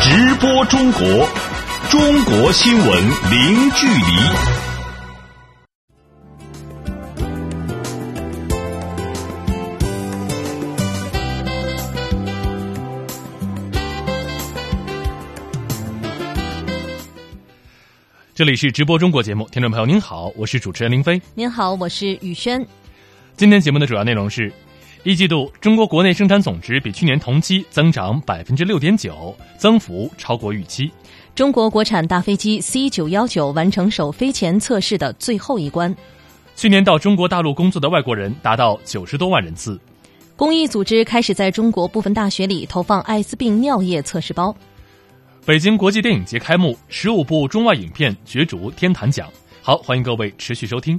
直播中国，中国新闻零距离。这里是直播中国节目，听众朋友您好，我是主持人林飞。 您好，我是宇轩。 今天节目的主要内容是：一季度中国国内生产总值比去年同期增长 6.9%， 增幅超过预期。 中国国产大飞机 C919 完成首飞前测试的最后一关。 去年到中国大陆工作的外国人达到90多万人次。 公益组织开始在中国部分大学里投放艾滋病尿液测试包。 北京国际电影节开幕，15部中外影片角逐天坛奖。好，欢迎各位持续收听。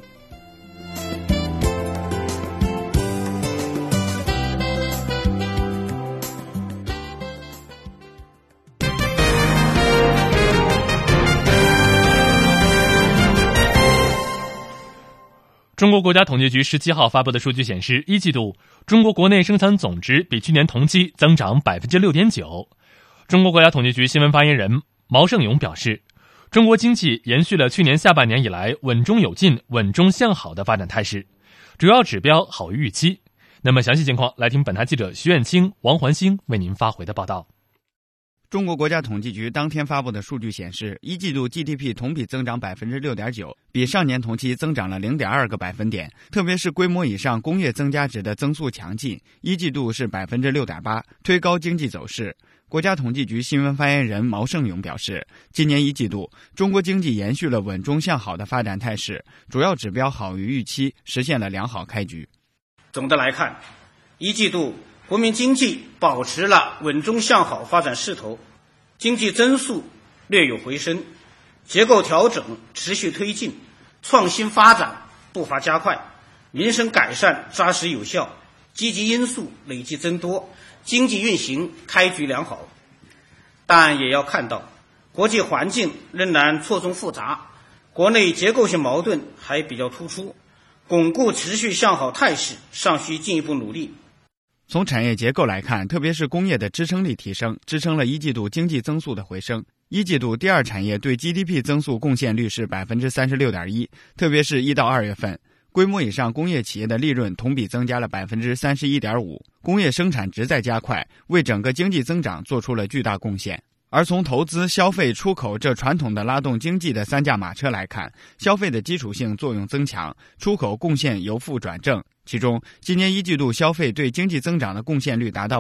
中国国家统计局17号发布的数据显示，一季度中国国内生产总值比去年同期增长 6.9%。中国国家统计局新闻发言人毛盛勇表示，中国经济延续了去年下半年以来稳中有进、稳中向好的发展态势，主要指标好于预期。那么详细情况，来听本台记者徐远清、王环星为您发回的报道。 中国国家统计局当天发布的数据显示，一季度 GDP 同比增长 6.9%， 比上年同期增长了 0.2个百分点。特别是规模以上工业增加值的增速强劲，一季度是 6.8%， 推高经济走势。国家统计局新闻发言人毛盛勇表示，今年一季度中国经济延续了稳中向好的发展态势，主要指标好于预期，实现了良好开局。 总的来看，一季度国民经济保持了稳中向好发展势头，经济增速略有回升，结构调整持续推进，创新发展步伐加快，民生改善扎实有效，积极因素累计增多，经济运行开局良好。但也要看到，国际环境仍然错综复杂，国内结构性矛盾还比较突出，巩固持续向好态势尚需进一步努力。 从产业结构来看，特别是工业的支撑力提升，支撑了一季度经济增速的回升。一季度第二产业对 GDP 增速贡献率是 36.1%， 特别是1到2月份，规模以上工业企业的利润同比增加了 31.5%， 工业生产值在加快，为整个经济增长做出了巨大贡献。而从投资、消费、出口这传统的拉动经济的三驾马车来看，消费的基础性作用增强，出口贡献由负转正。其中，今年一季度消费对经济增长的贡献率达到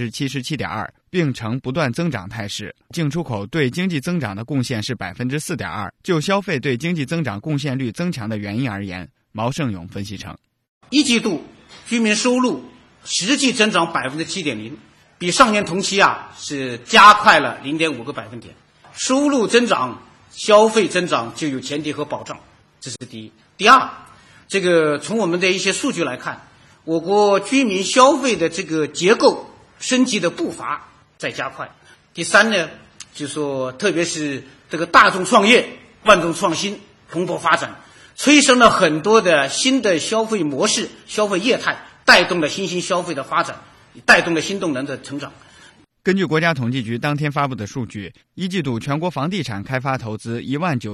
77.2%， 并呈不断增长态势。净出口对经济增长的贡献是 4.2%。就消费对经济增长贡献率增强的原因而言，毛盛勇分析称， 一季度居民收入实际增长 7.0%， 比上年同期是加快了 0.5个百分点。收入增长、消费增长就有前提和保障，这是第一。第二，这个从我们的一些数据来看，我国居民消费的这个结构升级的步伐在加快。第三呢，就说特别是这个大众创业、万众创新蓬勃发展，催生了很多的新的消费模式、消费业态，带动了新兴消费的发展，带动了新动能的成长。 根据国家统计局当天发布的数据，一季度全国房地产开发投资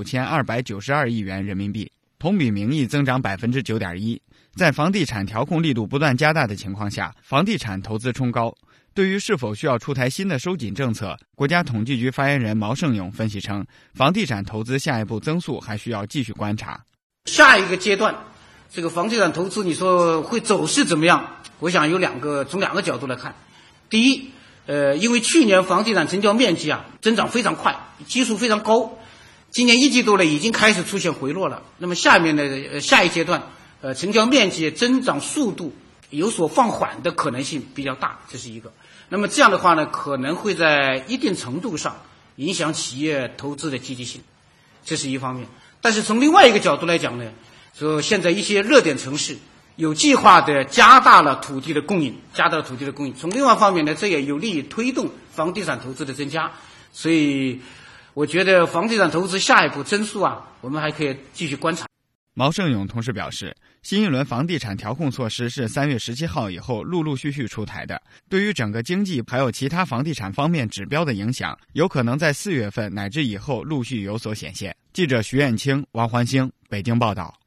19292亿元人民币，同比名义增长 9.1%。 在房地产调控力度不断加大的情况下，房地产投资冲高。对于是否需要出台新的收紧政策，国家统计局发言人毛盛勇分析称，房地产投资下一步增速还需要继续观察。 下一个阶段，这个房地产投资你说会走势怎么样？我想从两个角度来看。第一，因为去年房地产成交面积增长非常快，基数非常高，今年一季度呢已经开始出现回落了。那么下面的下一阶段，成交面积增长速度有所放缓的可能性比较大，这是一个。那么这样的话呢，可能会在一定程度上影响企业投资的积极性，这是一方面。但是从另外一个角度来讲呢，说现在一些热点城市有计划的加大了土地的供应。从另外一方面呢，这也有利于推动房地产投资的增加。所以我觉得房地产投资下一步增速我们还可以继续观察。 毛盛勇同时表示，新一轮房地产调控措施是3月17号以后陆续出台的，对于整个经济还有其他房地产方面指标的影响，有可能在4月份乃至以后陆续有所显现。记者徐艳清、王环星北京报道。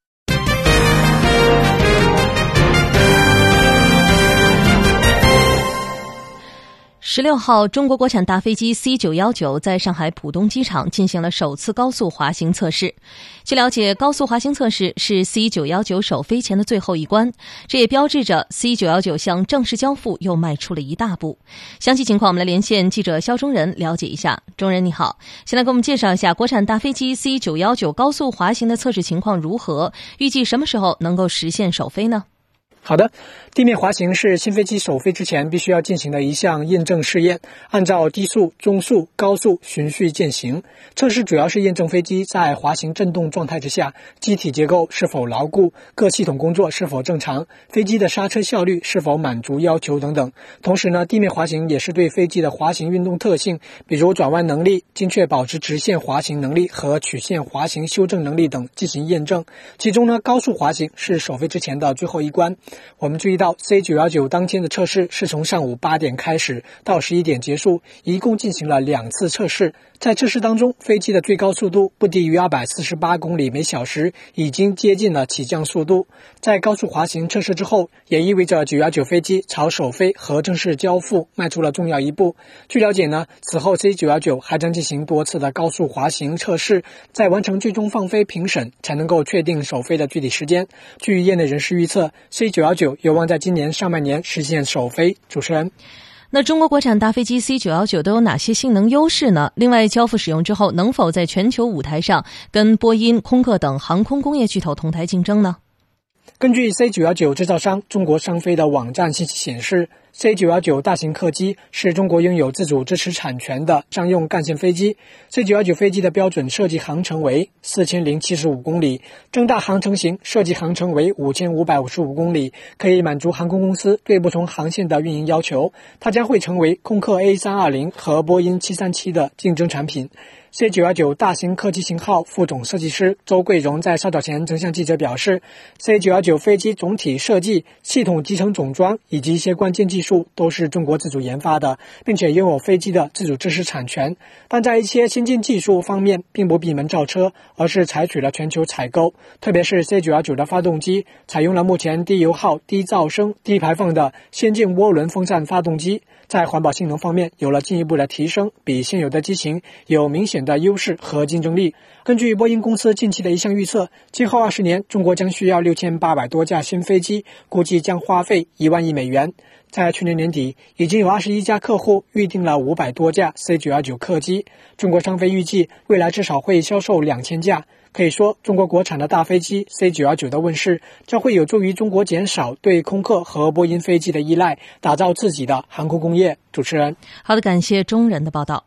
16号，中国国产大飞机 C919 在上海浦东机场进行了首次高速滑行测试。据了解，高速滑行测试是 C919 首飞前的最后一关，这也标志着 C919 向正式交付又迈出了一大步。详细情况我们来连线记者肖中仁了解一下。中仁你好，先来给我们介绍一下国产大飞机 C919 高速滑行的测试情况如何，预计什么时候能够实现首飞呢？ 好的，地面滑行是新飞机首飞之前必须要进行的一项验证试验，按照低速、中速、高速循序渐行。测试主要是验证飞机在滑行振动状态之下，机体结构是否牢固，各系统工作是否正常，飞机的刹车效率是否满足要求等等。同时呢，地面滑行也是对飞机的滑行运动特性，比如转弯能力、精确保持直线滑行能力和曲线滑行修正能力等进行验证。其中呢，高速滑行是首飞之前的最后一关。我们注意到 C919 当天的测试是从上午8点开始到11点结束，一共进行了2次测试。在测试当中，飞机的最高速度不低于248公里每小时，已经接近了起降速度。在高速滑行测试之后，也意味着919飞机朝首飞和正式交付迈出了重要一步。据了解呢，此后 C919 还将进行多次的高速滑行测试，在完成最终放飞评审才能够确定首飞的具体时间。据业内人士预测， C919 有望在今年上半年实现首飞。主持人， 那中国国产大飞机 C919 都有哪些性能优势呢？另外，交付使用之后，能否在全球舞台上跟波音、空客等航空工业巨头同台竞争呢？ 根据 C919 制造商中国商飞的网站信息显示， C919 大型客机是中国拥有自主知识产权的商用干线飞机。 C919 飞机的标准设计航程为4075公里，正大航程型设计航程为5555公里，可以满足航空公司对不同航线的运营要求。它将会成为空客 A320 和波音737的竞争产品。C919 大型客机型号副总设计师周桂荣在稍早前曾向记者表示， C919 飞机总体设计、系统集成总装以及一些关键技术都是中国自主研发的，并且拥有飞机的自主知识产权，但在一些先进技术方面并不闭门造车，而是采取了全球采购。特别是 C919 的发动机采用了目前低油耗、低噪声、低排放的先进涡轮风扇发动机，在环保性能方面有了进一步的提升，比现有的机型有明显的优势和竞争力。根据波音公司近期的一项预测，今后20年中国将需要6800多架新飞机，估计将花费1万亿美元。在去年年底，已经有21家客户预定了500多架 C919 客机，中国商飞预计未来至少会销售2000架。可以说，中国国产的大飞机 C919 的问世，将会有助于中国减少对空客和波音飞机的依赖，打造自己的航空工业。主持人， 好的，感谢中人的报道。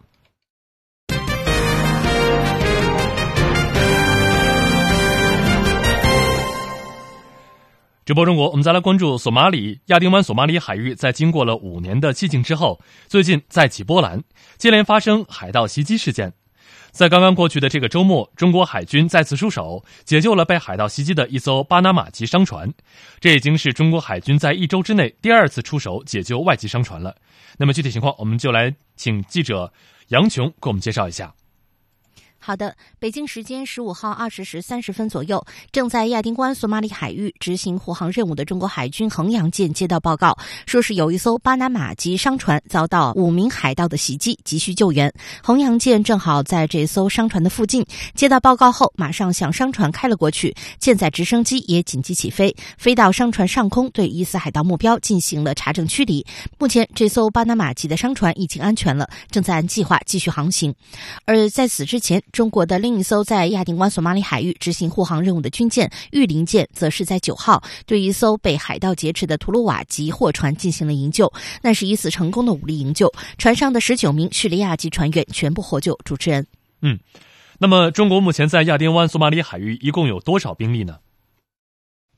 直播中国，我们再来关注索马里亚丁湾索马里海域，在经过了5年的寂静之后，最近再起波澜，接连发生海盗袭击事件。在刚刚过去的这个周末，中国海军再次出手，解救了被海盗袭击的一艘巴拿马籍商船。这已经是中国海军在1周之内第2次出手解救外籍商船了。那么具体情况，我们就来请记者杨琼给我们介绍一下。 好的，北京时间15号20时30分左右，正在亚丁湾索马里海域执行护航任务的中国海军衡阳舰接到报告，说是有一艘巴拿马籍商船遭到5名海盗的袭击，急需救援。衡阳舰正好在这艘商船的附近，接到报告后马上向商船开了过去，舰载直升机也紧急起飞，飞到商船上空，对疑似海盗目标进行了查证驱离。目前这艘巴拿马籍的商船已经安全了，正在按计划继续航行。而在此之前，中国的另一艘在亚丁湾索马里海域执行护航任务的军舰玉林舰，则是在9号对一艘被海盗劫持的图鲁瓦籍货船进行了营救，那是一次成功的武力营救，船上的19名叙利亚籍船员全部获救。主持人， 那么中国目前在亚丁湾索马里海域一共有多少兵力呢？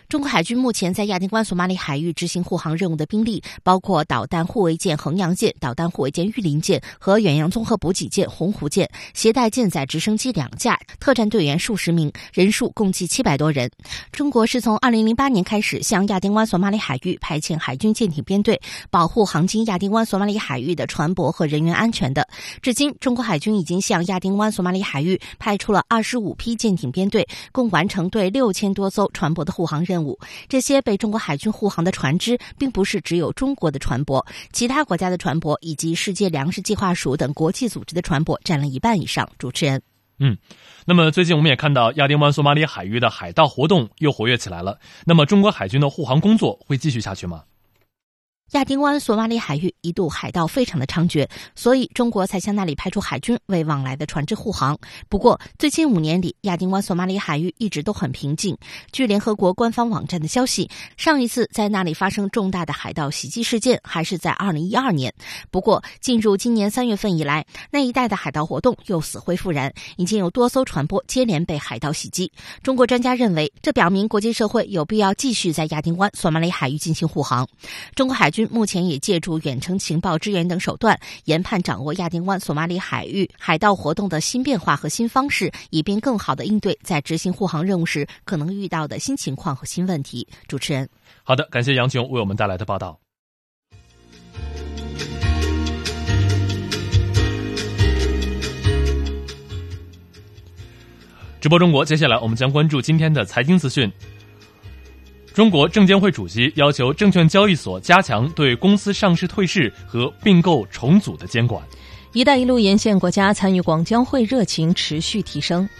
中国海军目前在亚丁湾索马里海域执行护航任务的兵力，包括导弹护卫舰衡阳舰、导弹护卫舰玉林舰和远洋综合补给舰洪湖舰，携带舰载直升机2架，特战队员数十名，人数共计700多人。中国是从2008年开始向亚丁湾索马里海域派遣海军舰艇编队，保护航经亚丁湾索马里海域的船舶和人员安全的。至今，中国海军已经向亚丁湾索马里海域派出了25批舰艇编队，共完成对6000多艘船舶的护航任务。这些被中国海军护航的船只，并不是只有中国的船舶，其他国家的船舶以及世界粮食计划署等国际组织的船舶占了1半以上。主持人。 那么最近我们也看到亚丁湾索马里海域的海盗活动又活跃起来了。那么中国海军的护航工作会继续下去吗？ 亚丁湾索马里海域一度海盗非常的猖獗，所以中国才向那里派出海军为往来的船只护航。不过最近5年里，亚丁湾索马里海域一直都很平静。据联合国官方网站的消息，上一次在那里发生重大的海盗袭击事件还是在2012年。不过进入今年3月份以来，那一带的海盗活动又死灰复燃，已经有多艘船舶接连被海盗袭击。中国专家认为，这表明国际社会有必要继续在亚丁湾索马里海域进行护航。中国海军目前也借助远程情报支援等手段，研判掌握亚丁湾索马里海域海盗活动的新变化和新方式，以便更好地应对在执行护航任务时可能遇到的新情况和新问题。主持人。 好的，感谢杨琼为我们带来的报道。直播中国，接下来我们将关注今天的财经资讯。中国证监会主席要求证券交易所加强对公司上市退市和并购重组的监管。 一带一路沿线国家参与广交会热情持续提升。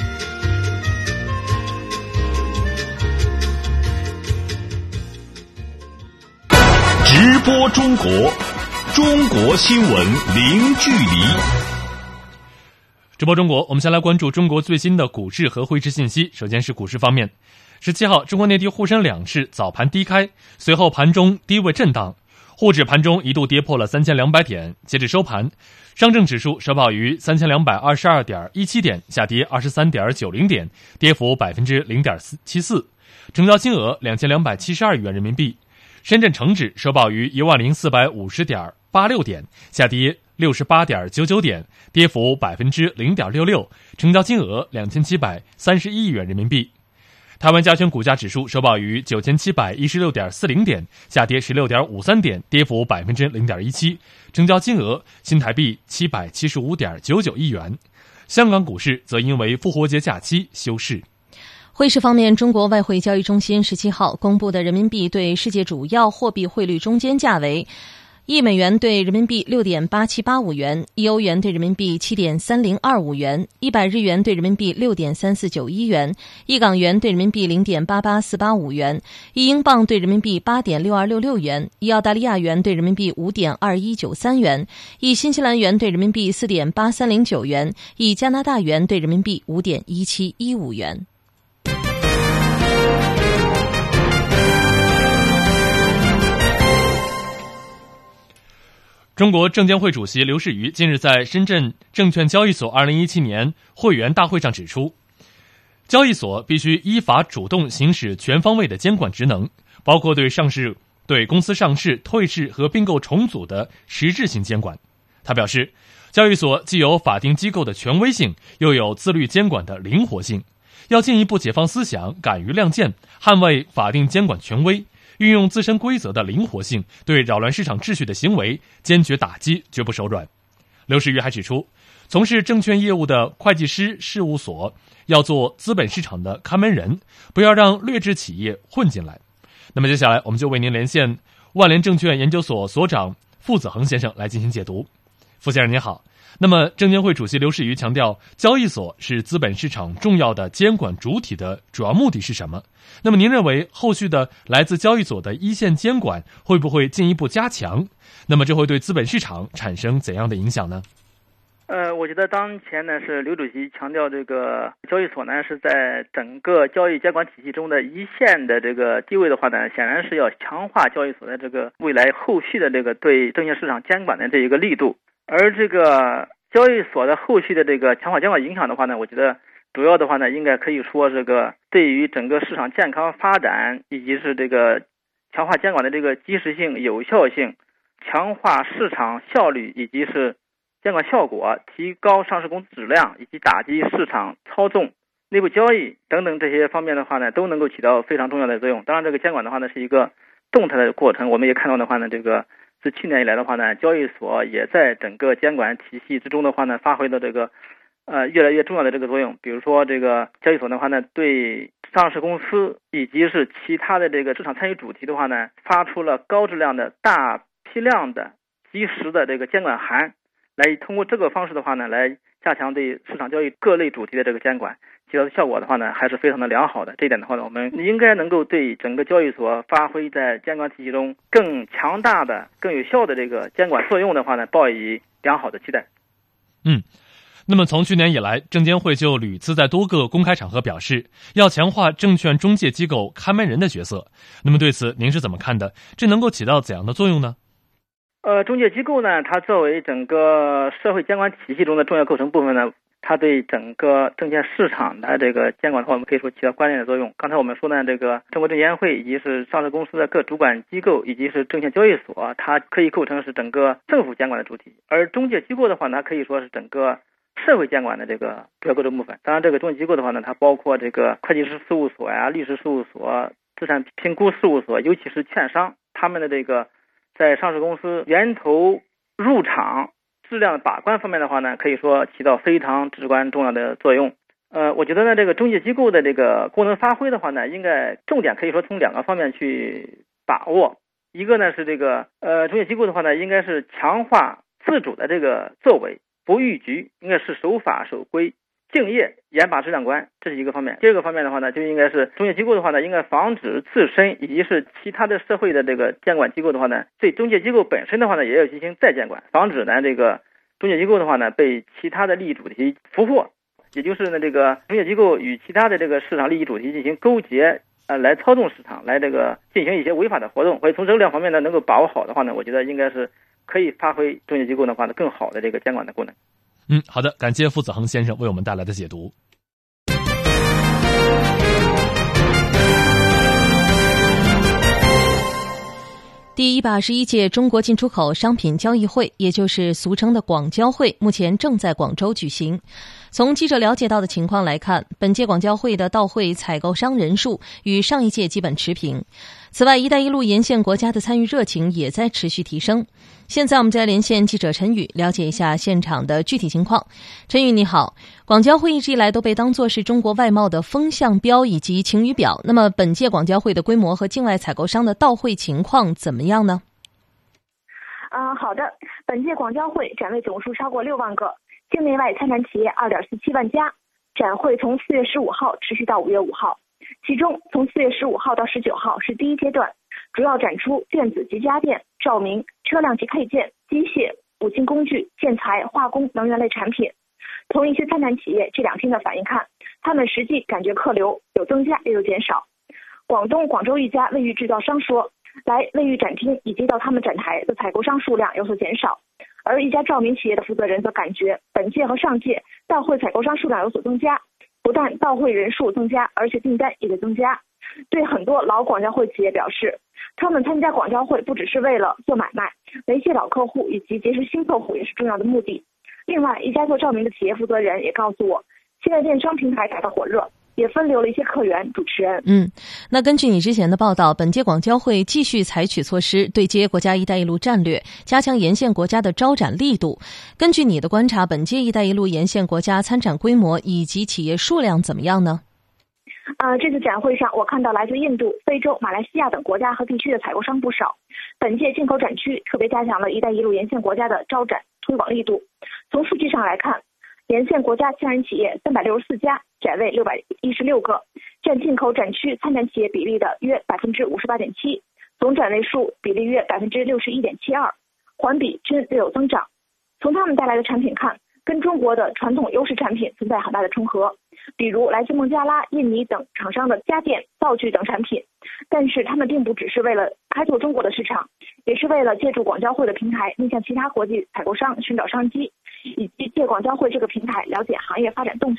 直播中国，中国新闻零距离。 直播中国，我们先来关注中国最新的股市和汇市信息。首先是股市方面，17号，中国内地沪深两市早盘低开，随后盘中低位震荡，沪指盘中一度跌破了3200点，截至收盘，上证指数收报于3222.17点，下跌23.90点，跌幅0.74%，成交金额2272亿元人民币。深圳成指收报于10450.86点，下跌68.99点，跌幅0.66%，成交金额2731亿元人民币。台湾加权股价指数收报于9716.40点，下跌16.53点，跌幅0.17%，成交金额新台币775.99亿元。香港股市则因为复活节假期休市。 汇市方面，中国外汇交易中心17号公布的人民币对世界主要货币汇率中间价为1美元对人民币6.8785元，1欧元对人民币7.3025元，100日元对人民币6.3491元，1港元对人民币0.88485元，1英镑对人民币8.6266元，1澳大利亚元对人民币5.2193元，1新西兰元对人民币4.8309元，1加拿大元对人民币5.1715元。 中国证监会主席刘士余近日在深圳证券交易所2017年会员大会上指出，交易所必须依法主动行使全方位的监管职能，包括对公司上市、退市和并购重组的实质性监管。他表示，交易所既有法定机构的权威性，又有自律监管的灵活性，要进一步解放思想，敢于亮剑，捍卫法定监管权威，运用自身规则的灵活性，对扰乱市场秩序的行为坚决打击，绝不手软。刘士余还指出，从事证券业务的会计师事务所要做资本市场的看门人，不要让劣质企业混进来。那么接下来我们就为您连线万联证券研究所所长傅子恒先生来进行解读。傅先生您好。那么证监会主席刘士余强调，交易所是资本市场重要的监管主体的主要目的是什么？那么您认为后续的来自交易所的一线监管会不会进一步加强？那么这会对资本市场产生怎样的影响呢？ 我觉得当前呢是刘主席强调这个交易所呢是在整个交易监管体系中的一线的这个地位的话呢，显然是要强化交易所的这个未来后续的这个对证券市场监管的这一个力度。而这个交易所的后续的这个强化监管影响的话呢，我觉得主要的话呢，应该可以说这个对于整个市场健康发展以及是这个强化监管的这个及时性、有效性，强化市场效率以及是监管效果，提高上市公司质量以及打击市场操纵、内部交易等等这些方面的话呢，都能够起到非常重要的作用。当然，这个监管的话呢是一个动态的过程，我们也看到的话呢，这个自去年以来的话呢，交易所也在整个监管体系之中的话呢，发挥的这个越来越重要的这个作用。比如说这个交易所的话呢，对上市公司以及是其他的这个市场参与主体的话呢，发出了高质量的大批量的及时的这个监管函，来通过这个方式的话呢，来加强对市场交易各类主题的这个监管，起到的效果的话呢，还是非常的良好的。这一点的话呢，我们应该能够对整个交易所发挥在监管体系中更强大的、更有效的这个监管作用的话呢，抱以良好的期待。 那么从去年以来，证监会就屡次在多个公开场合表示要强化证券中介机构看门人的角色。那么对此您是怎么看的？这能够起到怎样的作用呢？ 中介机构呢，它作为整个社会监管体系中的重要构成部分呢，它对整个证券市场的这个监管的话，我们可以说起到关键的作用。刚才我们说呢，这个中国证监会以及是上市公司的各主管机构以及是证券交易所，它可以构成是整个政府监管的主体，而中介机构的话呢，它可以说是整个社会监管的这个主要构成部分。当然，这个中介机构的话呢，它包括这个会计师事务所呀、律师事务所、资产评估事务所，尤其是券商，他们的这个在上市公司源头入场质量的把关方面的话呢，可以说起到非常至关重要的作用。我觉得呢，这个中介机构的这个功能发挥的话呢，应该重点可以说从两个方面去把握。一个呢是这个中介机构的话呢，应该是强化自主的这个作为，不逾矩，应该是守法守规、敬业、严把质量关，这是一个方面。第二个方面的话呢，就应该是中介机构的话呢，应该防止自身以及是其他的社会的这个监管机构的话呢，对中介机构本身的话呢，也要进行再监管，防止呢这个中介机构的话呢被其他的利益主题俘获，也就是呢这个中介机构与其他的这个市场利益主题进行勾结，来操纵市场，来这个进行一些违法的活动。或者从这两方面呢能够把握好的话呢，我觉得应该是可以发挥中介机构的话呢更好的这个监管的功能。 好的，感谢傅子恒先生为我们带来的解读。 第121届中国进出口商品交易会，也就是俗称的广交会，目前正在广州举行。从记者了解到的情况来看，本届广交会的到会采购商人数与上一届基本持平。此外，一带一路沿线国家的参与热情也在持续提升。现在我们再连线记者陈宇，了解一下现场的具体情况。陈宇你好，广交会一直以来都被当作是中国外贸的风向标以及晴雨表，那么本届广交会的规模和境外采购商的到会情况怎么样呢？ 好的，本届广交会展位总数超过6万个，境内外参展企业2.47万家。展会从4月15号持续到5月5号，其中从4月15号到19号是第一阶段，主要展出电子及家电、照明、车辆及配件、机械、五金工具、建材、化工、能源类产品。从一些参展企业这2天的反应看，他们实际感觉客流有增加也有减少。广东广州一家卫浴制造商说，来卫浴展厅以及到他们展台的采购商数量有所减少，而一家照明企业的负责人则感觉本届和上届到会采购商数量有所增加，不但到会人数增加，而且订单也在增加。对很多老广交会企业表示，他们参加广交会不只是为了做买卖，维系老客户以及结识新客户也是重要的目的。另外，一家做照明的企业负责人也告诉我，现在电商平台打得火热，也分流了一些客源。主持人， 那根据你之前的报道，本届广交会继续采取措施，对接国家“一带一路”战略，加强沿线国家的招展力度。根据你的观察，本届“一带一路”沿线国家参展规模以及企业数量怎么样呢？ 这次展会上，我看到来自印度、非洲、马来西亚等国家和地区的采购商不少。本届进口展区特别加强了“一带一路”沿线国家的招展推广力度。从数据上来看，沿线国家参展企业364家，展位616个，占进口展区参展企业比例的约 58.7%， 总展位数比例约 61.72%， 环比均略有增长。从他们带来的产品看，跟中国的传统优势产品存在很大的重合，比如来自孟加拉、印尼等厂商的家电、道具等产品。但是他们并不只是为了开拓中国的市场，也是为了借助广交会的平台面向其他国际采购商寻找商机，以及借广交会这个平台了解行业发展动向。主持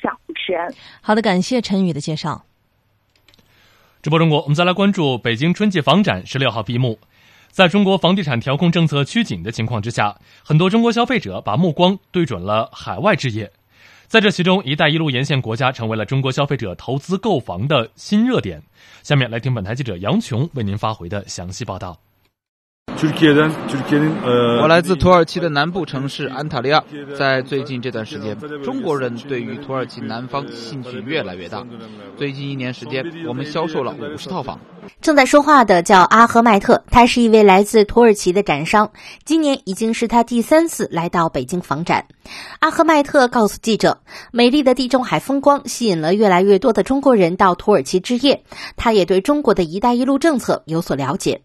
持人。 好的，感谢陈宇的介绍。 直播中国，我们再来关注北京春季房展16号闭幕。在中国房地产调控政策趋紧的情况之下，很多中国消费者把目光对准了海外置业。在这其中，一带一路沿线国家成为了中国消费者投资购房的新热点。下面来听本台记者杨琼为您发回的详细报道。 我来自土耳其的南部城市安塔利亚。在最近这段时间，中国人对于土耳其南方兴趣越来越大。最近1年时间，我们销售了50套房。 正在说话的叫阿赫迈特，他是一位来自土耳其的展商，今年已经是他第3次来到北京房展。阿赫迈特告诉记者，美丽的地中海风光吸引了越来越多的中国人到土耳其置业，他也对中国的一带一路政策有所了解。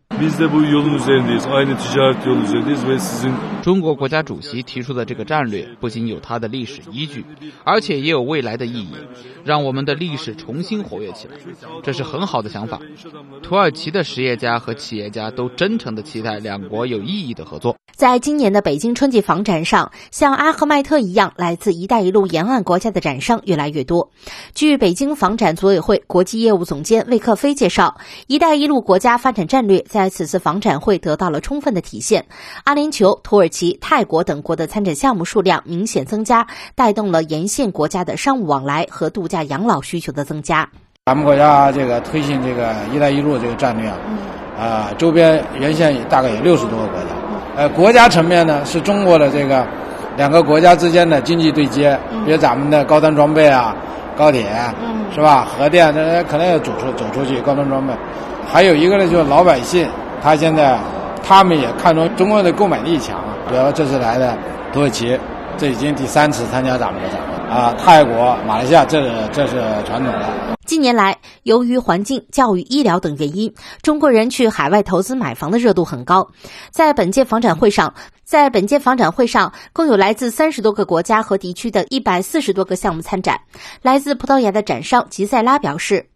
中国国家主席提出的这个战略不仅有它的历史依据，而且也有未来的意义，让我们的历史重新活跃起来，这是很好的想法。土耳其的实业家和企业家都真诚地期待两国有意义的合作。 在今年的北京春季房展上，像阿赫迈特一样来自一带一路沿岸国家的展商越来越多。据北京房展组委会国际业务总监魏克飞介绍，一带一路国家发展战略在此次房展会得到了充分的体现。阿联酋、土耳其、泰国等国的参展项目数量明显增加，带动了沿线国家的商务往来和度假养老需求的增加。 咱们国家这个推进这个一带一路这个战略周边沿线大概有60多个国家。国家层面呢，是中国的这个2个国家之间的经济对接，比如咱们的高端装备啊、高铁，是吧？核电这可能要走出去高端装备。还有一个呢，就是老百姓，他们也看中中国的购买力强，主要这次来的土耳其，这已经第3次参加咱们的展会泰国、马来西亚，这是传统的。 近年来，由于环境、教育、医疗等原因，中国人去海外投资买房的热度很高。在本届房展会上，共有来自30多个国家和地区的140多个项目参展。来自葡萄牙的展商吉塞拉表示，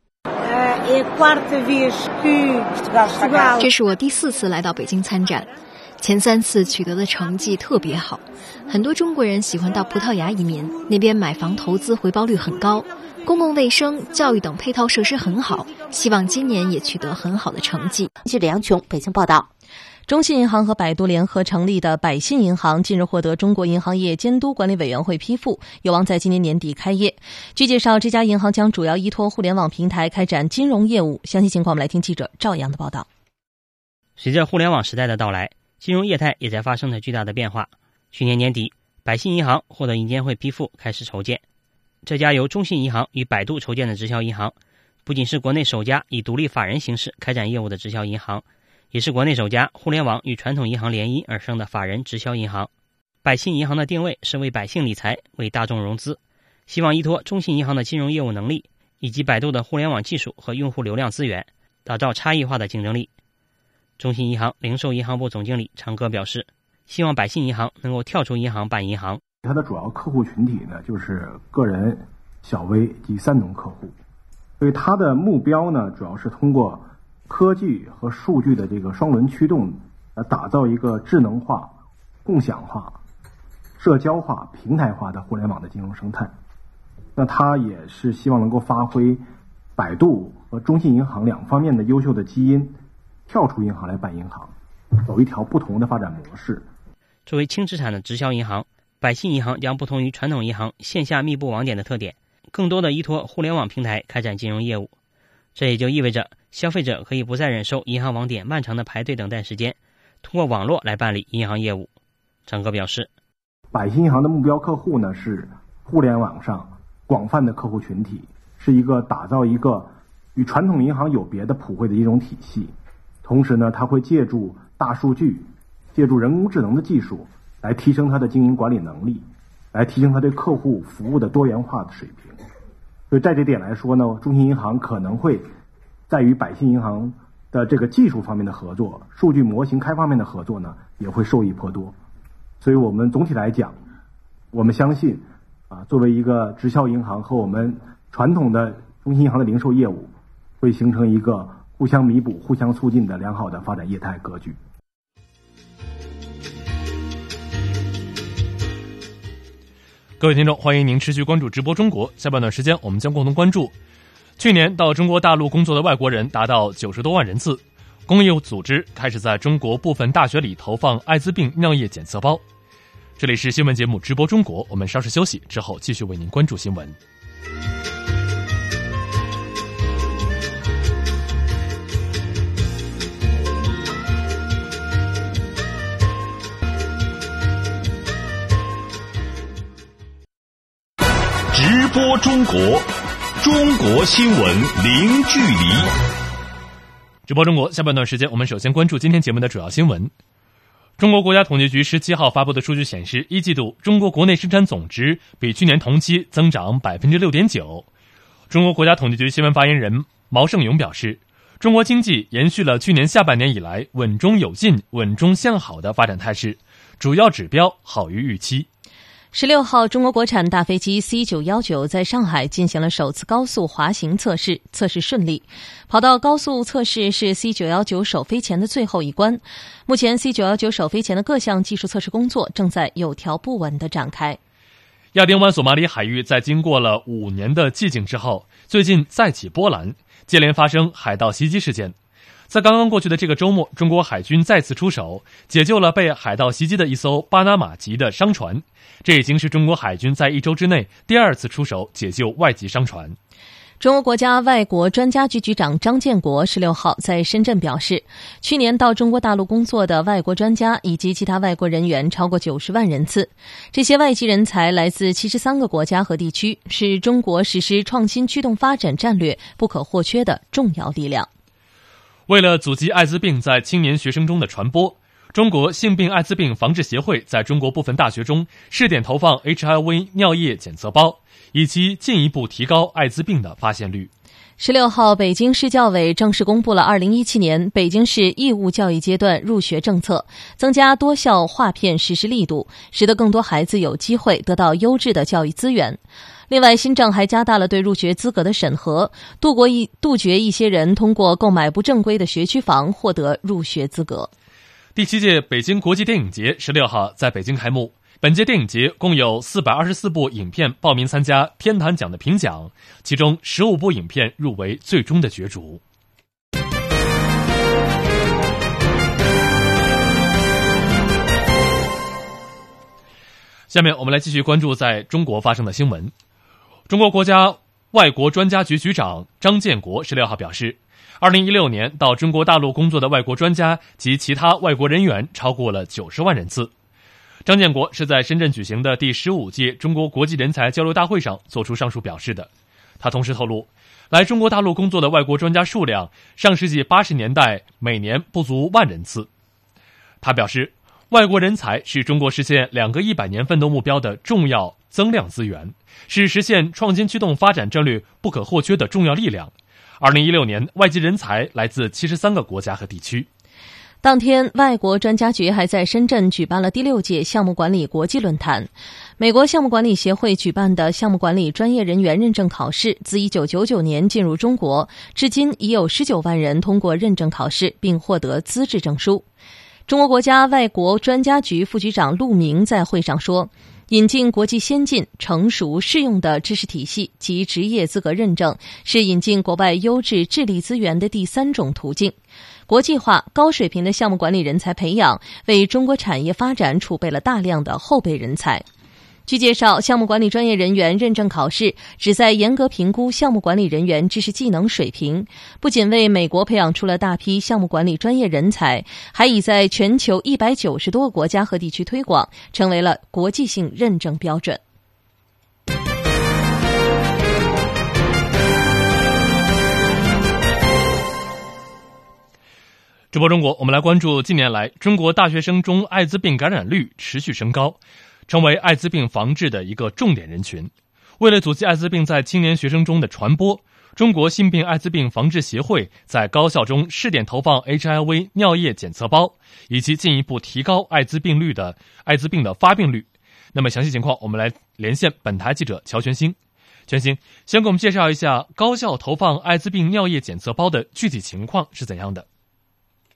这是我第4次来到北京参展，前3次取得的成绩特别好。很多中国人喜欢到葡萄牙移民，那边买房投资回报率很高，公共卫生、教育等配套设施很好，希望今年也取得很好的成绩。 记者杨琼北京报道。 中信银行和百度联合成立的百信银行近日获得中国银行业监督管理委员会批复，有望在今年年底开业。据介绍，这家银行将主要依托互联网平台开展金融业务。详细情况我们来听记者赵阳的报道。 随着互联网时代的到来，金融业态也在发生着巨大的变化。去年年底，百信银行获得银监会批复，开始筹建。这家由中信银行与百度筹建的直销银行，不仅是国内首家以独立法人形式开展业务的直销银行，也是国内首家互联网与传统银行联姻而生的法人直销银行。百信银行的定位是为百姓理财，为大众融资，希望依托中信银行的金融业务能力，以及百度的互联网技术和用户流量资源，打造差异化的竞争力。中信银行零售银行部总经理常哥表示，希望百信银行能够跳出银行办银行。 它的主要客户群体呢，就是个人、小微及3农客户，所以它的目标呢，主要是通过科技和数据的这个双轮驱动，打造一个智能化、共享化、社交化、平台化的互联网的金融生态。那它也是希望能够发挥百度和中信银行2方面的优秀的基因，跳出银行来办银行，走一条不同的发展模式。 作为轻资产的直销银行，百信银行将不同于传统银行线下密布网点的特点，更多的依托互联网平台开展金融业务。这也就意味着消费者可以不再忍受银行网点漫长的排队等待时间，通过网络来办理银行业务。张哥表示， 百信银行的目标客户呢，是互联网上广泛的客户群体，是一个打造一个与传统银行有别的普惠的一种体系。同时呢，它会借助大数据，借助人工智能的技术来提升它的经营管理能力，来提升它对客户服务的多元化的水平。所以在这点来说呢，中信银行可能会在与百信银行的这个技术方面的合作、数据模型开发面的合作呢，也会受益颇多。所以我们总体来讲，我们相信作为一个直销银行和我们传统的中信银行的零售业务，会形成一个互相弥补、互相促进的良好的发展业态格局。 各位听众，欢迎您持续关注直播中国。下半段时间，我们将共同关注去年到中国大陆工作的外国人达到90多万人次，公益组织开始在中国部分大学里投放艾滋病尿液检测包。这里是新闻节目直播中国，我们稍事休息之后继续为您关注新闻。 直播中国，中国新闻零距离。 直播中国下半段时间，我们首先关注今天节目的主要新闻。中国国家统计局17号发布的数据显示，一季度中国国内生产总值比去年同期增长 6.9%。中国国家统计局新闻发言人毛盛勇表示，中国经济延续了去年下半年以来稳中有进、稳中向好的发展态势，主要指标好于预期。 16号，中国国产大飞机 C919 在上海进行了首次高速滑行测试，测试顺利。跑道高速测试是 C919 首飞前的最后一关。目前 C919 首飞前的各项技术测试工作正在有条不紊地展开。 亚丁湾索马里海域在经过了5年的寂静之后，最近再起波澜，接连发生海盗袭击事件。在刚刚过去的这个周末，中国海军再次出手，解救了被海盗袭击的一艘巴拿马籍的商船。这已经是中国海军在1周之内第2次出手解救外籍商船。 中国国家外国专家局局长张建国16号在深圳表示，去年到中国大陆工作的外国专家以及其他外国人员超过90万人次，这些外籍人才来自73个国家和地区，是中国实施创新驱动发展战略不可或缺的重要力量。 为了阻击艾滋病在青年学生中的传播，中国性病艾滋病防治协会在中国部分大学中试点投放 HIV 尿液检测包，以期进一步提高艾滋病的发现率。 16号，北京市教委正式公布了2017年北京市义务教育阶段入学政策，增加多校划片实施力度，使得更多孩子有机会得到优质的教育资源。另外，新政还加大了对入学资格的审核，杜绝一些人通过购买不正规的学区房获得入学资格。 第7届北京国际电影节16号在北京开幕。本届电影节共有424部影片报名参加天坛奖的评奖，其中15部影片入围最终的角逐。下面我们来继续关注在中国发生的新闻。中国国家外国专家局局长张建国16号表示，2016年到中国大陆工作的外国专家及其他外国人员超过了90万人次。张建国是在深圳举行的第15届中国国际人才交流大会上做出上述表示的。他同时透露，来中国大陆工作的外国专家数量上世纪80年代每年不足1万人次。他表示，外国人才是中国实现2个100年奋斗目标的重要增量资源，是实现创新驱动发展战略不可或缺的重要力量。2016年，外籍人才来自73个国家和地区。 当天，外国专家局还在深圳举办了第6届项目管理国际论坛。美国项目管理协会举办的项目管理专业人员认证考试自1999年进入中国，至今已有19万人通过认证考试并获得资质证书。中国国家外国专家局副局长陆明在会上说，引进国际先进、成熟、适用的知识体系及职业资格认证是引进国外优质智力资源的第3种途径。国际化、高水平的项目管理人才培养，为中国产业发展储备了大量的后备人才。据介绍，项目管理专业人员认证考试旨在严格评估项目管理人员知识技能水平，不仅为美国培养出了大批项目管理专业人才，还已在全球190多个国家和地区推广，成为了国际性认证标准。 直播中国，我们来关注近年来中国大学生中艾滋病感染率持续升高，成为艾滋病防治的一个重点人群。为了阻击艾滋病在青年学生中的传播，中国性病艾滋病防治协会在高校中试点投放 HIV 尿液检测包，以及进一步提高艾滋病的发病率。那么详细情况，我们来连线本台记者乔全兴。全兴，先给我们介绍一下高校投放艾滋病尿液检测包的具体情况是怎样的？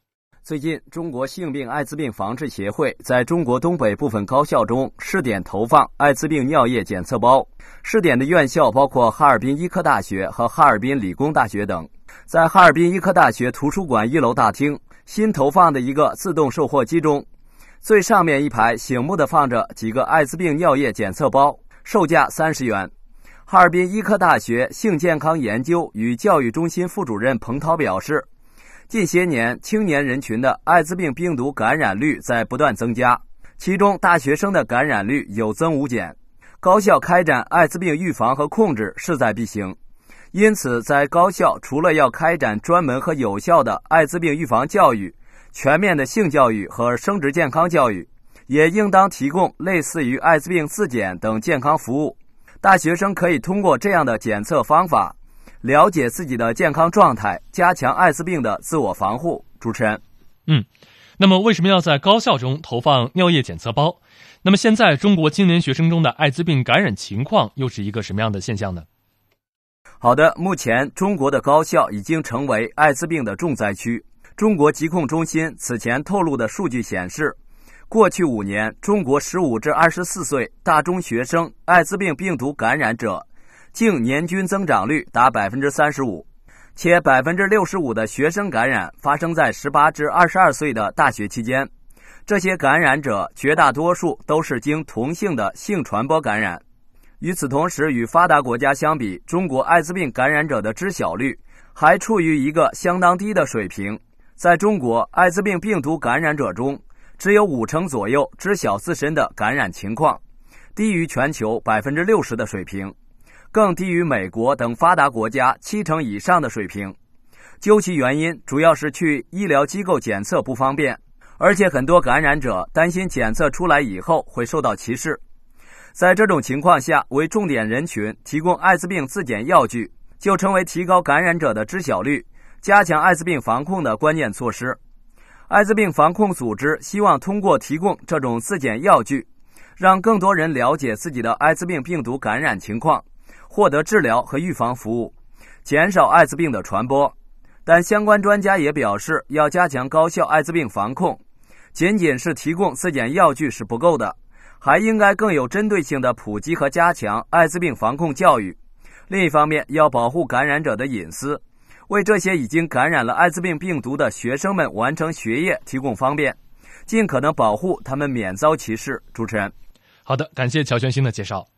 最近，中国性病艾滋病防治协会在中国东北部分高校中试点投放艾滋病尿液检测包。试点的院校包括哈尔滨医科大学和哈尔滨理工大学等。在哈尔滨医科大学图书馆1楼大厅新投放的一个自动售货机中，最上面一排醒目地放着几个艾滋病尿液检测包，售价30元。哈尔滨医科大学性健康研究与教育中心副主任彭涛表示，近些年青年人群的艾滋病病毒感染率在不断增加，其中大学生的感染率有增无减。高校开展艾滋病预防和控制势在必行，因此在高校除了要开展专门和有效的艾滋病预防教育、全面的性教育和生殖健康教育，也应当提供类似于艾滋病自检等健康服务。大学生可以通过这样的检测方法了解自己的健康状态，加强艾滋病的自我防护。主持人， 那么为什么要在高校中投放尿液检测包？那么现在中国青年学生中的艾滋病感染情况又是一个什么样的现象呢？ 好的，目前中国的高校已经成为艾滋病的重灾区。中国疾控中心此前透露的数据显示，过去5年，中国15至24岁大中学生艾滋病病毒感染者净年均增长率达 35%， 且 65% 的学生感染发生在18至22岁的大学期间。这些感染者绝大多数都是经同性的性传播感染。与此同时，与发达国家相比，中国艾滋病感染者的知晓率还处于一个相当低的水平。在中国，艾滋病病毒感染者中，只有50%左右知晓自身的感染情况，低于全球 60% 的水平，更低于美国等发达国家70%以上的水平。究其原因，主要是去医疗机构检测不方便，而且很多感染者担心检测出来以后会受到歧视。在这种情况下，为重点人群提供艾滋病自检药具，就成为提高感染者的知晓率、加强艾滋病防控的关键措施。艾滋病防控组织希望通过提供这种自检药具，让更多人了解自己的艾滋病病毒感染情况，获得治疗和预防服务，减少艾滋病的传播。但相关专家也表示，要加强高校艾滋病防控，仅仅是提供自检药具是不够的，还应该更有针对性的普及和加强艾滋病防控教育。另一方面，要保护感染者的隐私，为这些已经感染了艾滋病病毒的学生们完成学业提供方便，尽可能保护他们免遭歧视。主持人， 好的，感谢乔全兴的介绍。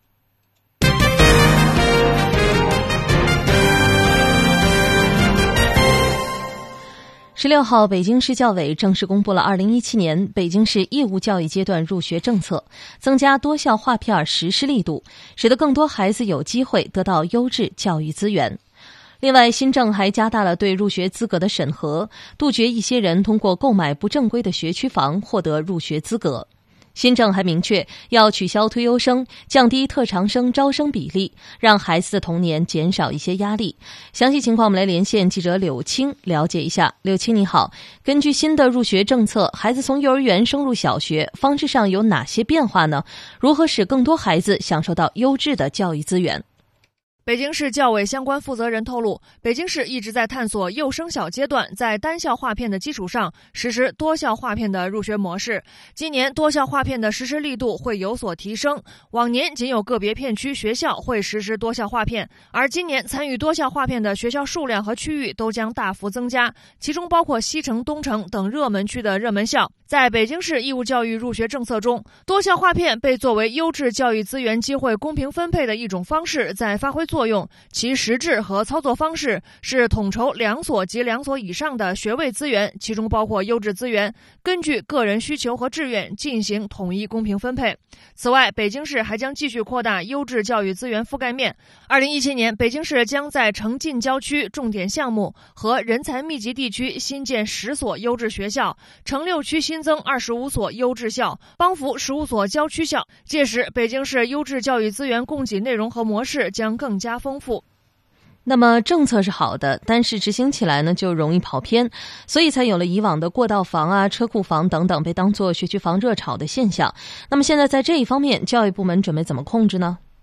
16号，北京市教委正式公布了2017年北京市义务教育阶段入学政策，增加多校划片实施力度，使得更多孩子有机会得到优质教育资源。另外，新政还加大了对入学资格的审核，杜绝一些人通过购买不正规的学区房获得入学资格。新政还明确要取消推优生，降低特长生招生比例，让孩子的童年减少一些压力。详细情况我们来连线记者柳青了解一下。柳青你好，根据新的入学政策，孩子从幼儿园升入小学方式上有哪些变化呢？如何使更多孩子享受到优质的教育资源？ 北京市教委相关负责人透露，北京市一直在探索幼升小阶段在单校划片的基础上实施多校划片的入学模式。今年多校划片的实施力度会有所提升，往年仅有个别片区学校会实施多校划片，而今年参与多校划片的学校数量和区域都将大幅增加，其中包括西城、东城等热门区的热门校。在北京市义务教育入学政策中，多校划片被作为优质教育资源机会公平分配的一种方式在发挥作用，其实质和操作方式是统筹2所及2所以上的学位资源，其中包括优质资源，根据个人需求和志愿进行统一公平分配。此外，北京市还将继续扩大优质教育资源覆盖面。2017年，北京市将在城近郊区重点项目和人才密集地区新建10所优质学校，城6区新增25所优质校，帮扶15所郊区校。届时，北京市优质教育资源供给内容和模式将更加丰富。 那么政策是好的，但是执行起来呢就容易跑偏，所以才有了以往的过道房啊、车库房等等被当作学区房热炒的现象。那么现在在这一方面，教育部门准备怎么控制呢？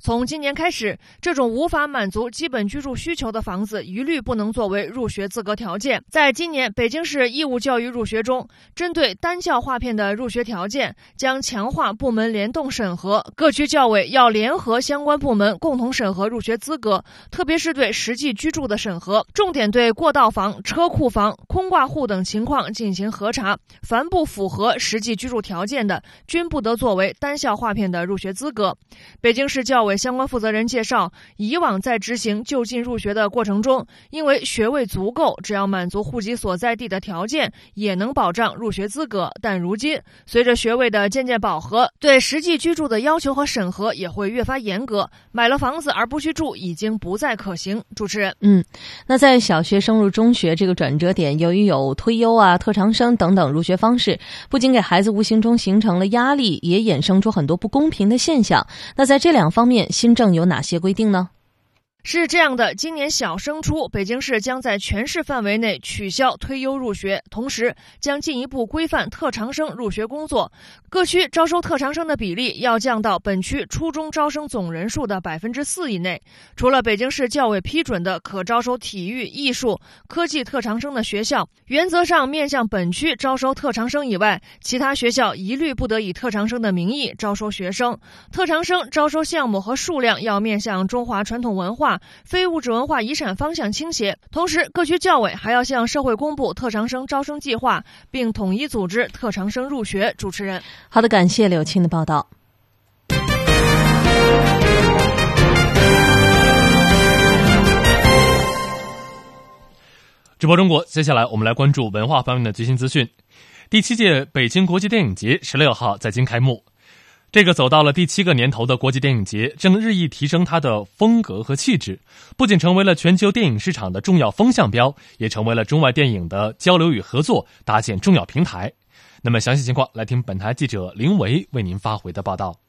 从今年开始，这种无法满足基本居住需求的房子一律不能作为入学资格条件。在今年北京市义务教育入学中，针对单校划片的入学条件，将强化部门联动审核，各区教委要联合相关部门共同审核入学资格，特别是对实际居住的审核，重点对过道房、车库房、空挂户等情况进行核查，凡不符合实际居住条件的，均不得作为单校划片的入学资格。北京市教委相关负责人介绍，以往在执行就近入学的过程中，因为学位足够，只要满足户籍所在地的条件，也能保障入学资格。但如今，随着学位的渐渐饱和，对实际居住的要求和审核也会越发严格，买了房子而不去住已经不再可行。主持人， 那在小学升入中学这个转折点，由于有推优啊、特长生等等入学方式，不仅给孩子无形中形成了压力，也衍生出很多不公平的现象。那在这两方面，新政有哪些规定呢？ 是这样的，今年小升初，北京市将在全市范围内取消推优入学，同时将进一步规范特长生入学工作。各区招收特长生的比例要降到本区初中招生总人数的 4% 以内。除了北京市教委批准的可招收体育、艺术、科技特长生的学校，原则上面向本区招收特长生以外，其他学校一律不得以特长生的名义招收学生。特长生招收项目和数量要面向中华传统文化、非物质文化遗产方向倾斜。同时，各区教委还要向社会公布特长生招生计划，并统一组织特长生入学。主持人， 好的，感谢柳青的报道。 直播中国，接下来我们来关注文化方面的最新资讯。第7届北京国际电影节16号在京开幕。这个走到了第7个年头的国际电影节，正日益提升它的风格和气质，不仅成为了全球电影市场的重要风向标，也成为了中外电影的交流与合作搭建重要平台。那么详细情况，来听本台记者林维为您发回的报道。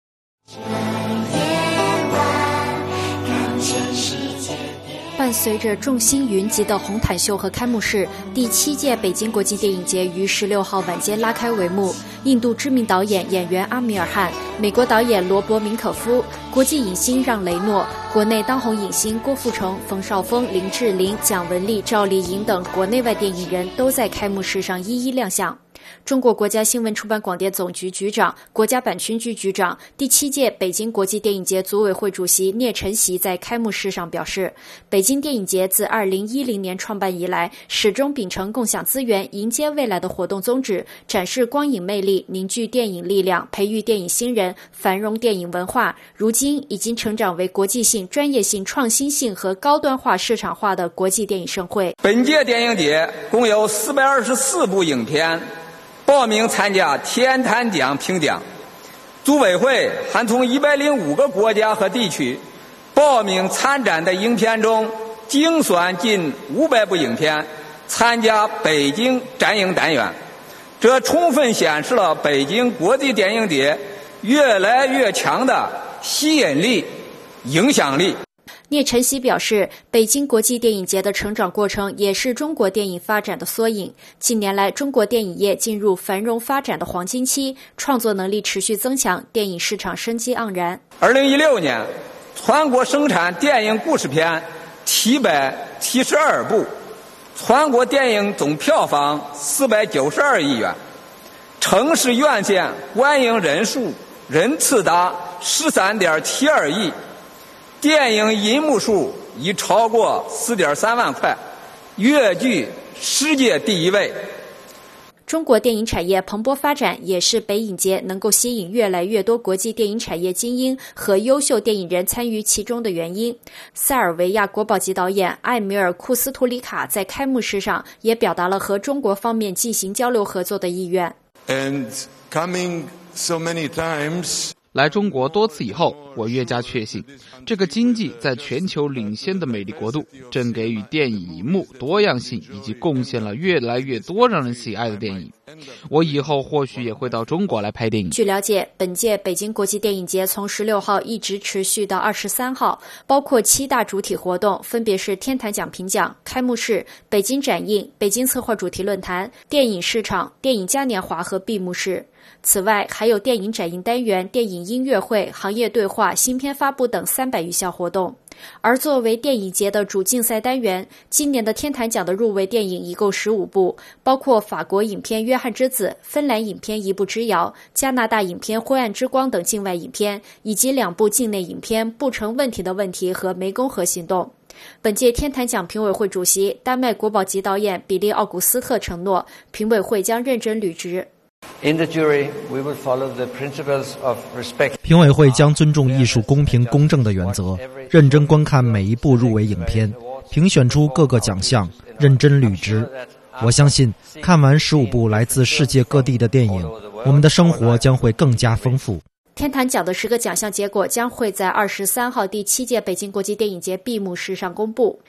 伴随着众星云集的红毯秀和开幕式，第7届北京国际电影节于16号晚间拉开帷幕。印度知名导演、演员阿米尔汗，美国导演罗伯·明可夫，国际影星让·雷诺，国内当红影星郭富城、冯绍峰、林志玲、蒋雯丽、赵丽颖等国内外电影人都在开幕式上一一亮相。中国国家新闻出版广电总局局长、国家版权局局长、第7届北京国际电影节组委会主席聂晨曦在开幕式上表示，北京电影节自2010年创办以来，始终秉承共享资源、迎接未来的活动宗旨，展示光影魅力，凝聚电影力量，培育电影新人，繁荣电影文化。如今已经成长为国际性、专业性、创新性和高端化、市场化的国际电影盛会。 本届电影节共有424部影片报名参加天坛奖评奖，组委会还从105个国家和地区报名参展的影片中精选近500部影片参加北京展映单元，这充分显示了北京国际电影节越来越强的吸引力、影响力。 聂晨曦表示，北京国际电影节的成长过程也是中国电影发展的缩影。近年来，中国电影业进入繁荣发展的黄金期，创作能力持续增强，电影市场生机盎然。 2016年，全国生产电影故事片772部，全国电影总票房492亿元，城市院线观影人次达13.72亿。电影银幕数已超过4.3万块，跃居世界第1位。 中国电影产业蓬勃发展，也是北影节能够吸引越来越多国际电影产业精英和优秀电影人参与其中的原因。塞尔维亚国宝级导演艾米尔·库斯图里卡在开幕式上也表达了和中国方面进行交流合作的意愿。 And coming so many times, 来中国多次以后，我越加确信，这个经济在全球领先的美丽国度，正给予电影银幕多样性，以及贡献了越来越多让人喜爱的电影。我以后或许也会到中国来拍电影。 据了解，本届北京国际电影节从16号一直持续到23号，包括7大主体活动，分别是天坛奖评奖、开幕式、北京展映、北京策划主题论坛、电影市场、电影嘉年华和闭幕式。 此外，还有电影展映单元、电影音乐会、行业对话、新片发布等300余项活动。而作为电影节的主竞赛单元，今年的天坛奖的入围电影一共15部，包括法国影片《约翰之子》、芬兰影片《一步之遥》、加拿大影片《灰暗之光》等境外影片，以及2部境内影片《不成问题的问题》和《湄公河行动》。本届天坛奖评委会主席、丹麦国宝级导演比利·奥古斯特承诺，评委会将认真履职。 评委会将尊重艺术公平公正的原则，认真观看每一部入围影片，评选出各个奖项，认真履职。我相信，看完15部来自世界各地的电影，我们的生活将会更加丰富。 天坛奖的10个奖项结果将会在23号第7届北京国际电影节闭幕式上公布。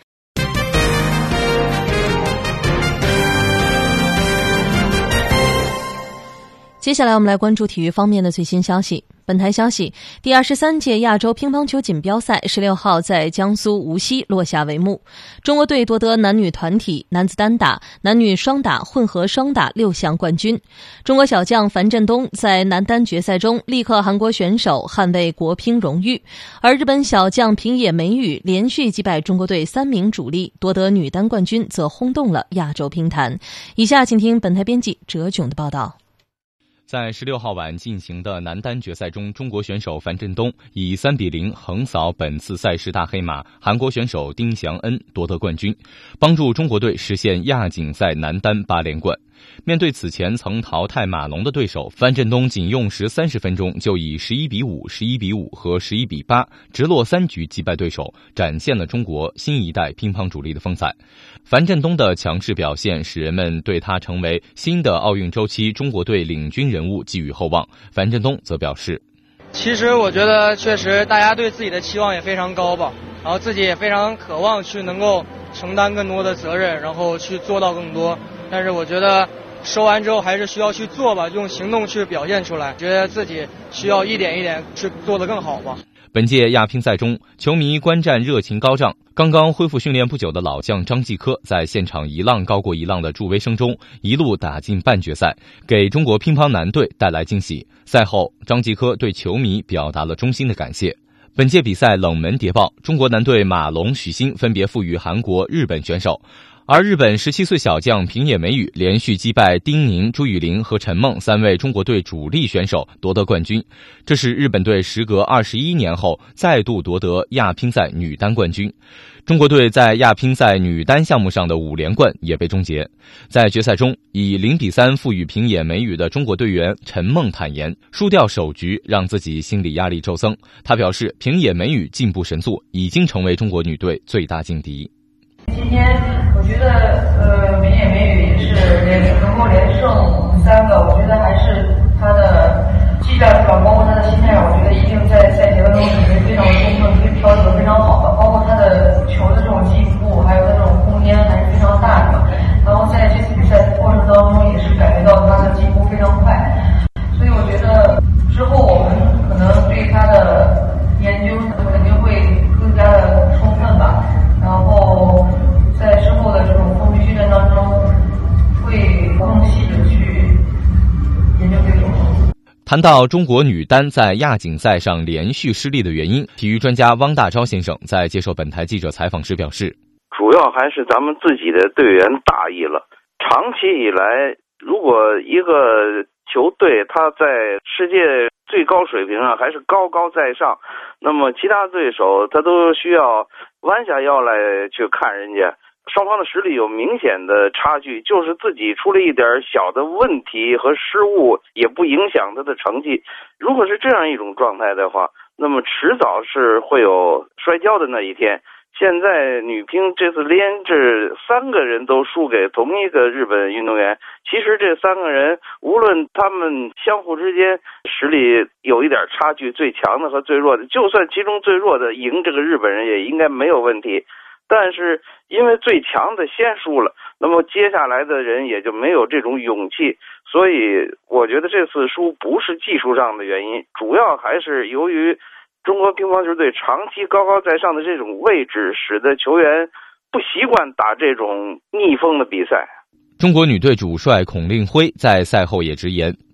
接下来我们来关注体育方面的最新消息。本台消息，第23届亚洲乒乓球锦标赛16号在江苏无锡落下帷幕。中国队夺得男女团体、男子单打、男女双打、混合双打6项冠军。中国小将樊振东在男单决赛中力克韩国选手，捍卫国乒荣誉。而日本小将平野美宇连续击败中国队3名主力，夺得女单冠军，则轰动了亚洲乒坛。以下请听本台编辑哲炯的报道。 在16号晚进行的男单决赛中，中国选手樊振东以3-0横扫本次赛事大黑马韩国选手丁祥恩，夺得冠军，帮助中国队实现亚锦赛男单8连冠。面对此前曾淘汰马龙的对手，樊振东仅用时30分钟就以11-5、11-5和11-8直落3局击败对手，展现了中国新一代乒乓主力的风采。樊振东的强势表现使人们对他成为新的奥运周期中国队领军人物寄予厚望。樊振东则表示， 其实我觉得确实大家对自己的期望也非常高吧，然后自己也非常渴望去能够承担更多的责任，然后去做到更多。但是我觉得说完之后还是需要去做吧，用行动去表现出来，觉得自己需要一点一点去做得更好吧。 本届亚乒赛中，球迷观战热情高涨。刚刚恢复训练不久的老将张继科在现场一浪高过一浪的助威声中，一路打进半决赛，给中国乒乓男队带来惊喜。赛后，张继科对球迷表达了衷心的感谢。本届比赛冷门谍报，中国男队马龙、许昕分别负于韩国、日本选手。而日本17岁小将平野美宇连续击败丁宁、朱雨玲和陈梦3位中国队主力选手，夺得冠军。这是日本队时隔21年后再度夺得亚乒赛女单冠军。中国队在亚乒赛女单项目上的5连冠也被终结。在决赛中，以0-3负于平野美宇的中国队员陈梦坦言，输掉首局让自己心理压力骤增。他表示，平野美宇进步神速，已经成为中国女队最大劲敌。 今天我觉得平野美宇也是能够连胜3个，我觉得还是他的技战术，包括他的心态上，我觉得一定在赛前的时候准备非常充分，可以调整得非常好的，包括他的球的这种进步，还有他这种空间还是非常大的。然后在这次比赛过程当中，也是感觉到他的进步非常快，所以我觉得之后我们可能对他的研究肯定会更加的充分吧。然后在之后的这种封闭训练当中，会更细的去研究对手。 谈到中国女单在亚锦赛上连续失利的原因，体育专家汪大钊先生在接受本台记者采访时表示， 主要还是咱们自己的队员大意了。长期以来，如果一个球队他在世界最高水平上还是高高在上，那么其他对手他都需要弯下腰来去看人家，双方的实力有明显的差距，就是自己出了一点小的问题和失误也不影响他的成绩。如果是这样一种状态的话，那么迟早是会有摔跤的那一天。现在女乒这次连着3个人都输给同一个日本运动员，其实这3个人无论他们相互之间实力有一点差距，最强的和最弱的，就算其中最弱的赢这个日本人也应该没有问题。但是因为最强的先输了，那么接下来的人也就没有这种勇气，所以我觉得这次输不是技术上的原因，主要还是由于中国乒乓球队长期高高在上的这种位置，使得球员不习惯打这种逆风的比赛。 中国女队主帅孔令辉在赛后也直言，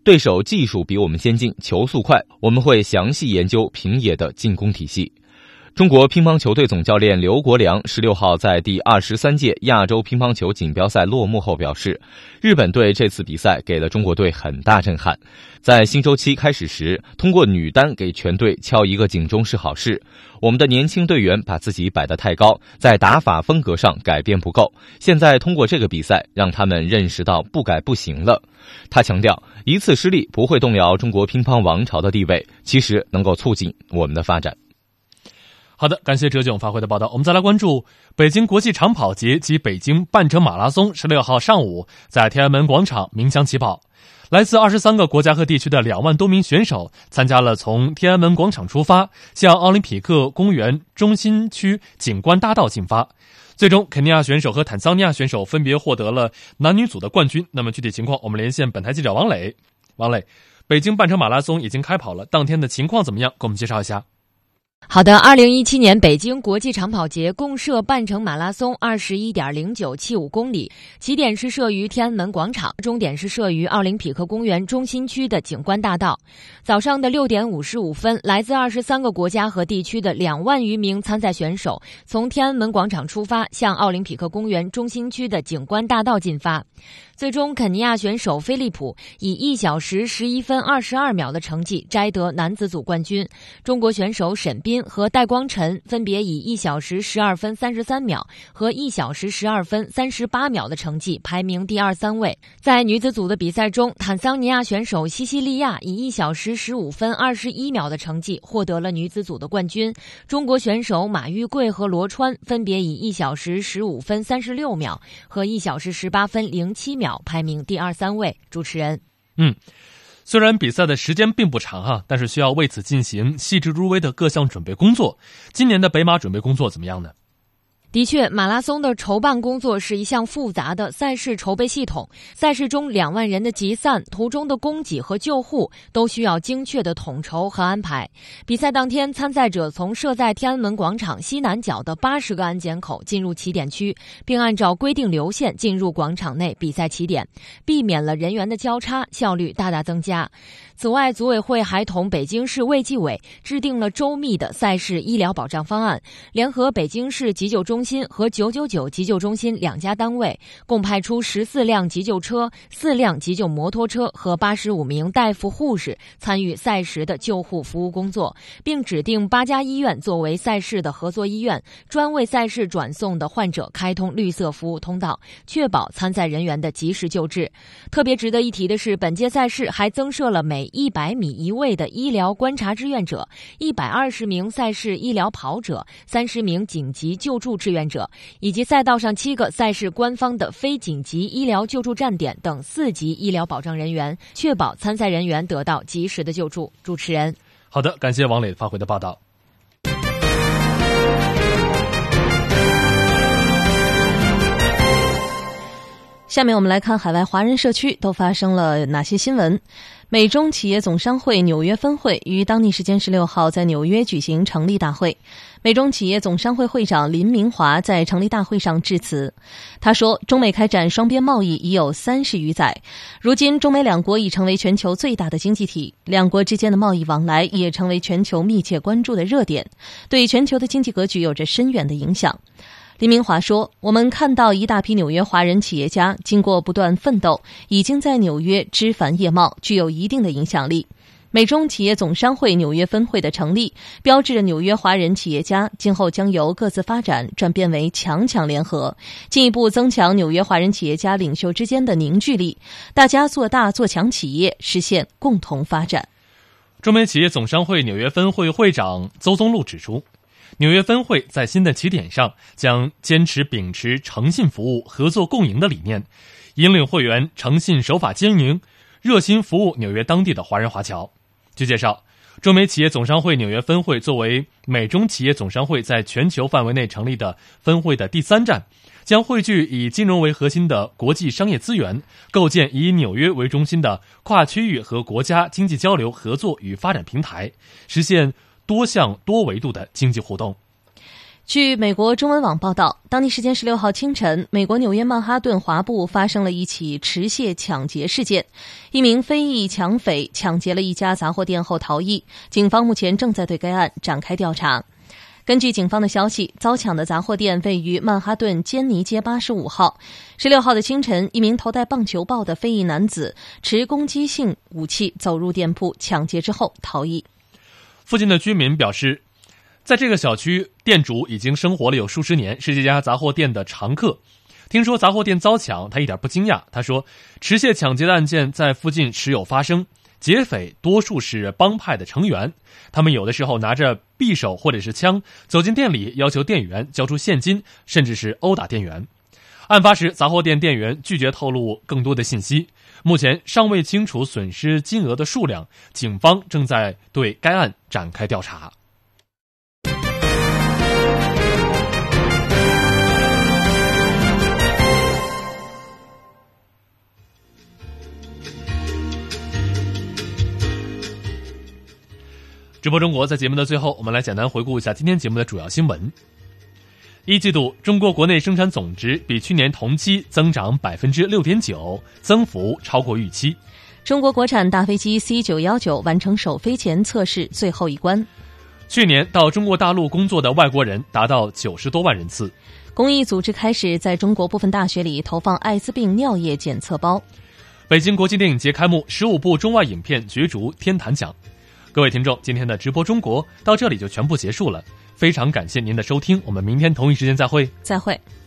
对手技术比我们先进，球速快，我们会详细研究平野的进攻体系。中国乒乓球队总教练刘国梁16号在第23届亚洲乒乓球锦标赛落幕后表示，日本队这次比赛给了中国队很大震撼。在新周期开始时，通过女单给全队敲一个警钟是好事。我们的年轻队员把自己摆得太高，在打法风格上改变不够，现在通过这个比赛让他们认识到不改不行了。他强调，一次失利不会动摇中国乒乓王朝的地位，其实能够促进我们的发展。 好的，感谢哲炯发回的报道。我们再来关注北京国际长跑节及北京半程马拉松16号上午在天安门广场鸣枪起跑。来自23个国家和地区的2万多名选手参加了从天安门广场出发，向奥林匹克公园中心区景观大道进发。最终肯尼亚选手和坦桑尼亚选手分别获得了男女组的冠军。那么具体情况我们连线本台记者王磊。王磊，北京半程马拉松已经开跑了，当天的情况怎么样？给我们介绍一下。 好的，2017年北京国际长跑节共设半程马拉松 21.0975 公里，起点是设于天安门广场，终点是设于奥林匹克公园中心区的景观大道。早上的6点55分，来自23个国家和地区的2万余名参赛选手从天安门广场出发，向奥林匹克公园中心区的景观大道进发。最终肯尼亚选手菲利普以1小时11分22秒的成绩摘得男子组冠军，中国选手沈斌和戴光晨分别以1小时12分33秒和1小时12分38秒的成绩排名第2、3位。在女子组的比赛中，坦桑尼亚选手西西利亚以1小时15分21秒的成绩获得了女子组的冠军，中国选手马玉桂和罗川分别以1小时15分36秒和1小时18分07秒排名第2、3位。主持人， 虽然比赛的时间并不长但是需要为此进行细致入微的各项准备工作。今年的北马准备工作怎么样呢？ 的确，马拉松的筹办工作是一项复杂的赛事筹备系统，赛事中2万人的集散、途中的供给和救护都需要精确的统筹和安排。比赛当天，参赛者从设在天安门广场西南角的80个安检口进入起点区，并按照规定流线进入广场内比赛起点，避免了人员的交叉，效率大大增加。此外，组委会还同北京市卫计委制定了周密的赛事医疗保障方案，联合北京市急救中心和999急救中心2家单位，共派出14辆急救车、4辆急救摩托车和85名大夫护士参与赛时的救护服务工作，并指定8家医院作为赛事的合作医院，专为赛事转送的患者开通绿色服务通道，确保参赛人员的及时救治。特别值得一提的是，本届赛事还增设了每100米1位的医疗观察志愿者、120名赛事医疗跑者、30名紧急救助志愿者，以及赛道上7个赛事官方的非紧急医疗救助站点等4级医疗保障人员，确保参赛人员得到及时的救助。主持人， 好的，感谢王磊发回的报道。 下面我们来看海外华人社区都发生了哪些新闻。美中企业总商会纽约分会于当地时间16号在纽约举行成立大会。美中企业总商会会长林明华在成立大会上致辞。他说，中美开展双边贸易已有30余载，如今中美两国已成为全球最大的经济体，两国之间的贸易往来也成为全球密切关注的热点，对全球的经济格局有着深远的影响。林明华说，我们看到一大批纽约华人企业家经过不断奋斗，已经在纽约枝繁叶茂，具有一定的影响力。美中企业总商会纽约分会的成立，标志着纽约华人企业家今后将由各自发展转变为强强联合，进一步增强纽约华人企业家领袖之间的凝聚力，大家做大做强企业，实现共同发展。 中美企业总商会纽约分会会长邹宗禄指出，纽约分会在新的起点上将坚持秉持诚信服务、合作共赢的理念，引领会员诚信守法经营，热心服务纽约当地的华人华侨。据介绍，中美企业总商会纽约分会作为美中企业总商会在全球范围内成立的分会的第3站，将汇聚以金融为核心的国际商业资源，构建以纽约为中心的跨区域和国家经济交流合作与发展平台，实现多项多维度的经济互动。 据美国中文网报道，当地时间16号清晨，美国纽约曼哈顿华埠发生了一起持械抢劫事件，一名非裔抢匪抢劫了一家杂货店后逃逸，警方目前正在对该案展开调查。根据警方的消息，遭抢的杂货店位于曼哈顿坚尼街85号。16号的清晨，一名头戴棒球帽的非裔男子持攻击性武器走入店铺抢劫之后逃逸。 附近的居民表示，在这个小区，店主已经生活了有数十年，是这家杂货店的常客。听说杂货店遭抢，他一点不惊讶。他说，持械抢劫的案件在附近时有发生，劫匪多数是帮派的成员，他们有的时候拿着匕首或者是枪走进店里，要求店员交出现金，甚至是殴打店员。案发时，杂货店店员拒绝透露更多的信息，目前尚未清楚损失金额的数量，警方正在对该案展开调查。直播中国，在节目的最后，我们来简单回顾一下今天节目的主要新闻。一季度，中国国内生产总值比去年同期增长 6.9%， 增幅超过预期。 中国国产大飞机 C919 完成首飞前测试最后一关。 去年到中国大陆工作的外国人达到90多万人次。 公益组织开始在中国部分大学里投放艾滋病尿液检测包。 北京国际电影节开幕，15部中外影片角逐天坛奖。各位听众，今天的直播中国到这里就全部结束了，非常感谢您的收听，我们明天同一时间再会。 再会。